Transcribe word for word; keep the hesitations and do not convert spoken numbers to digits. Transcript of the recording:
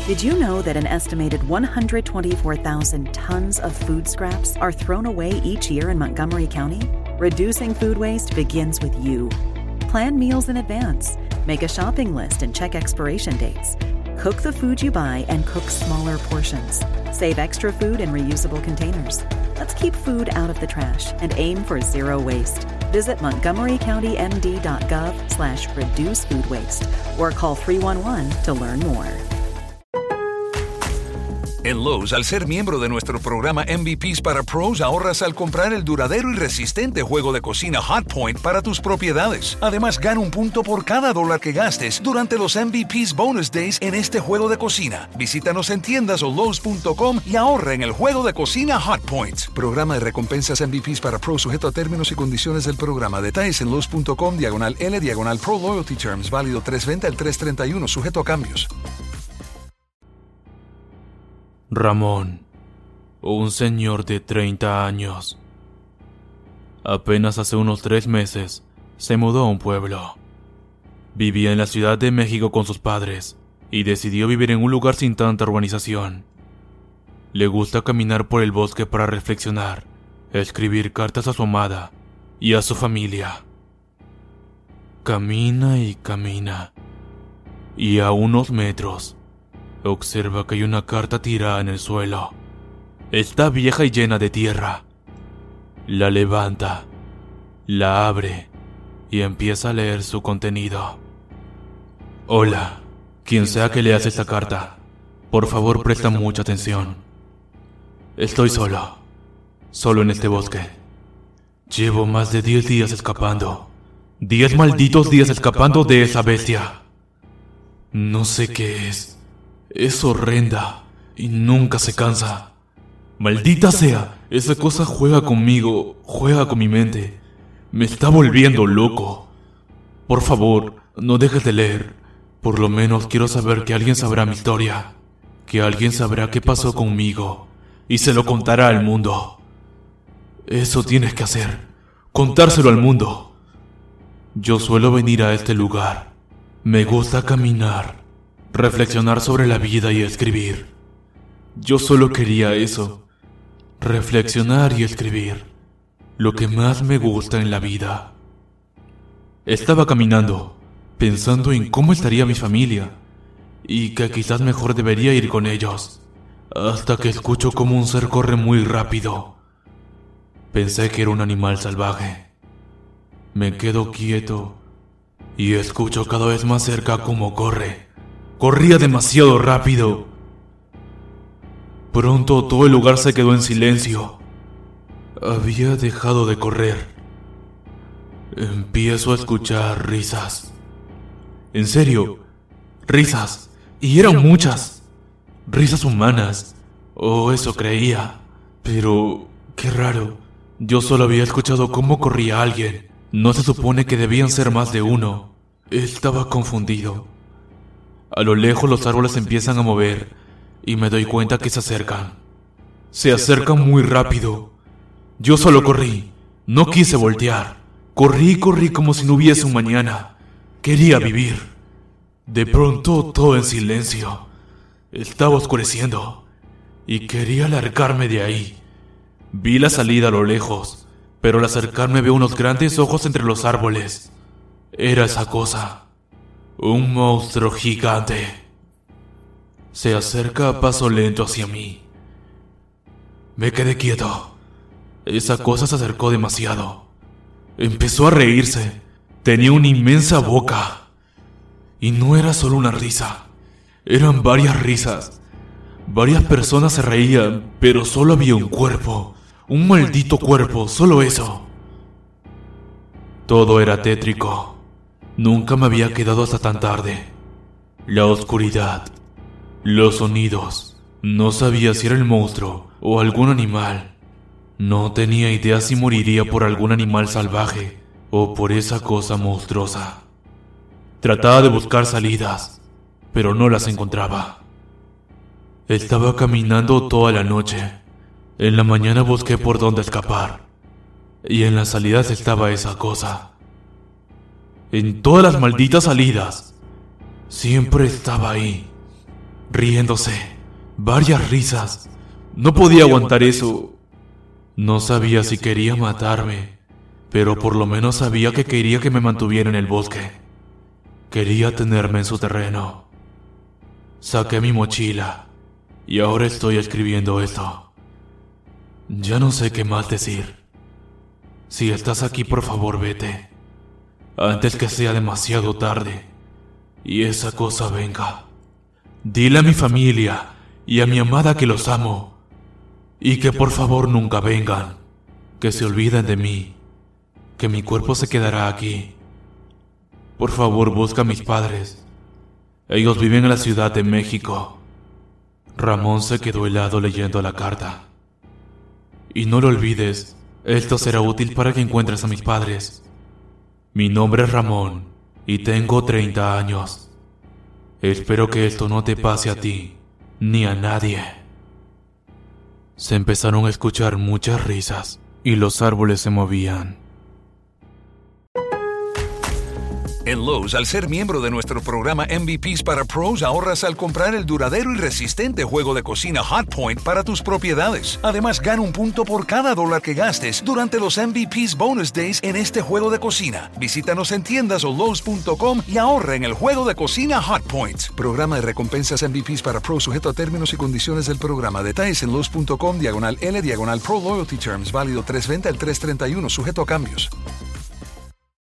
Did you know that an estimated one hundred twenty-four thousand tons of food scraps are thrown away each year in Montgomery County? Reducing food waste begins with you. Plan meals in advance, make a shopping list and check expiration dates. Cook the food you buy and cook smaller portions. Save extra food in reusable containers. Let's keep food out of the trash and aim for zero waste. Visit montgomery county m d dot gov slash reduce food waste or call three one one to learn more. En Lowe's, al ser miembro de nuestro programa M V Ps para Pros, ahorras al comprar el duradero y resistente juego de cocina Hotpoint para tus propiedades. Además, gana un punto por cada dólar que gastes durante los M V Ps Bonus Days en este juego de cocina. Visítanos en tiendas o lowes punto com y ahorra en el juego de cocina Hotpoint. Programa de recompensas M V Ps para Pros sujeto a términos y condiciones del programa. Detalles en lowes punto com, diagonal L, diagonal Pro Loyalty Terms. Válido tres veinte al tres treinta y uno, sujeto a cambios. Ramón, un señor de treinta años. Apenas hace unos tres meses se mudó a un pueblo. Vivía en la Ciudad de México con sus padres y decidió vivir en un lugar sin tanta urbanización. Le gusta caminar por el bosque para reflexionar, escribir cartas a su amada y a su familia. Camina y camina, y a unos metros observa que hay una carta tirada en el suelo. Está vieja y llena de tierra. La levanta, la abre y empieza a leer su contenido. Hola, quien sea que leas esta carta, por favor presta mucha atención. Estoy solo, solo en este bosque. Llevo más de diez días escapando. Diez malditos días escapando de esa bestia. No sé qué es. Es horrenda y nunca se cansa. Maldita sea, esa cosa juega conmigo, juega con mi mente. Me está volviendo loco. Por favor, no dejes de leer. Por lo menos quiero saber que alguien sabrá mi historia. Que alguien sabrá qué pasó conmigo y se lo contará al mundo. Eso tienes que hacer, contárselo al mundo. Yo suelo venir a este lugar. Me gusta caminar, reflexionar sobre la vida y escribir. Yo solo quería eso, reflexionar y escribir, lo que más me gusta en la vida. Estaba caminando, pensando en cómo estaría mi familia, y que quizás mejor debería ir con ellos, hasta que escucho como un ser corre muy rápido. Pensé que era un animal salvaje. Me quedo quieto, y escucho cada vez más cerca cómo corre. Corría demasiado rápido. Pronto todo el lugar se quedó en silencio. Había dejado de correr. Empiezo a escuchar risas. En serio, risas. Y eran muchas. Risas humanas. O eso creía. Pero, qué raro. Yo solo había escuchado cómo corría alguien. No se supone que debían ser más de uno. Estaba confundido. A lo lejos los árboles empiezan a mover y me doy cuenta que se acercan. Se acercan muy rápido. Yo solo corrí, no quise voltear. Corrí y corrí como si no hubiese un mañana. Quería vivir. De pronto todo en silencio. Estaba oscureciendo y quería largarme de ahí. Vi la salida a lo lejos, pero al acercarme veo unos grandes ojos entre los árboles. Era esa cosa. Un monstruo gigante. Se acerca a paso lento hacia mí. Me quedé quieto. Esa cosa se acercó demasiado. Empezó a reírse. Tenía una inmensa boca. Y no era solo una risa. Eran varias risas. Varias personas se reían, pero solo había un cuerpo. Un maldito cuerpo, solo eso. Todo era tétrico. Nunca me había quedado hasta tan tarde. La oscuridad, los sonidos. No sabía si era el monstruo o algún animal. No tenía idea si moriría por algún animal salvaje o por esa cosa monstruosa. Trataba de buscar salidas, pero no las encontraba. Estaba caminando toda la noche. En la mañana busqué por dónde escapar, y en las salidas estaba esa cosa. En todas las malditas salidas, siempre estaba ahí. riéndose, varias risas. No podía aguantar eso. No sabía si quería matarme, pero por lo menos sabía que quería que me mantuviera en el bosque. Quería tenerme en su terreno. Saqué mi mochila y ahora estoy escribiendo esto. Ya no sé qué más decir. Si estás aquí, por favor, vete, antes que sea demasiado tarde y esa cosa venga. Dile a mi familia y a mi amada que los amo y que por favor nunca vengan, que se olviden de mí, que mi cuerpo se quedará aquí. Por favor, busca a mis padres. Ellos viven en la Ciudad de México. Ramón se quedó helado leyendo la carta. Y no lo olvides, esto será útil para que encuentres a mis padres. Mi nombre es Ramón y tengo treinta años. Espero que esto no te pase a ti, ni a nadie. Se empezaron a escuchar muchas risas y los árboles se movían. En Lowe's, al ser miembro de nuestro programa M V Ps para Pros, ahorras al comprar el duradero y resistente juego de cocina Hotpoint para tus propiedades. Además, gana un punto por cada dólar que gastes durante los M V Ps Bonus Days en este juego de cocina. Visítanos en tiendas o Lowe's punto com y ahorra en el juego de cocina Hotpoint. Programa de recompensas M V Ps para Pros sujeto a términos y condiciones del programa. Detalles en Lowe's punto com, diagonal L, diagonal Pro Loyalty Terms, válido tres veinte al tres treinta y uno, sujeto a cambios.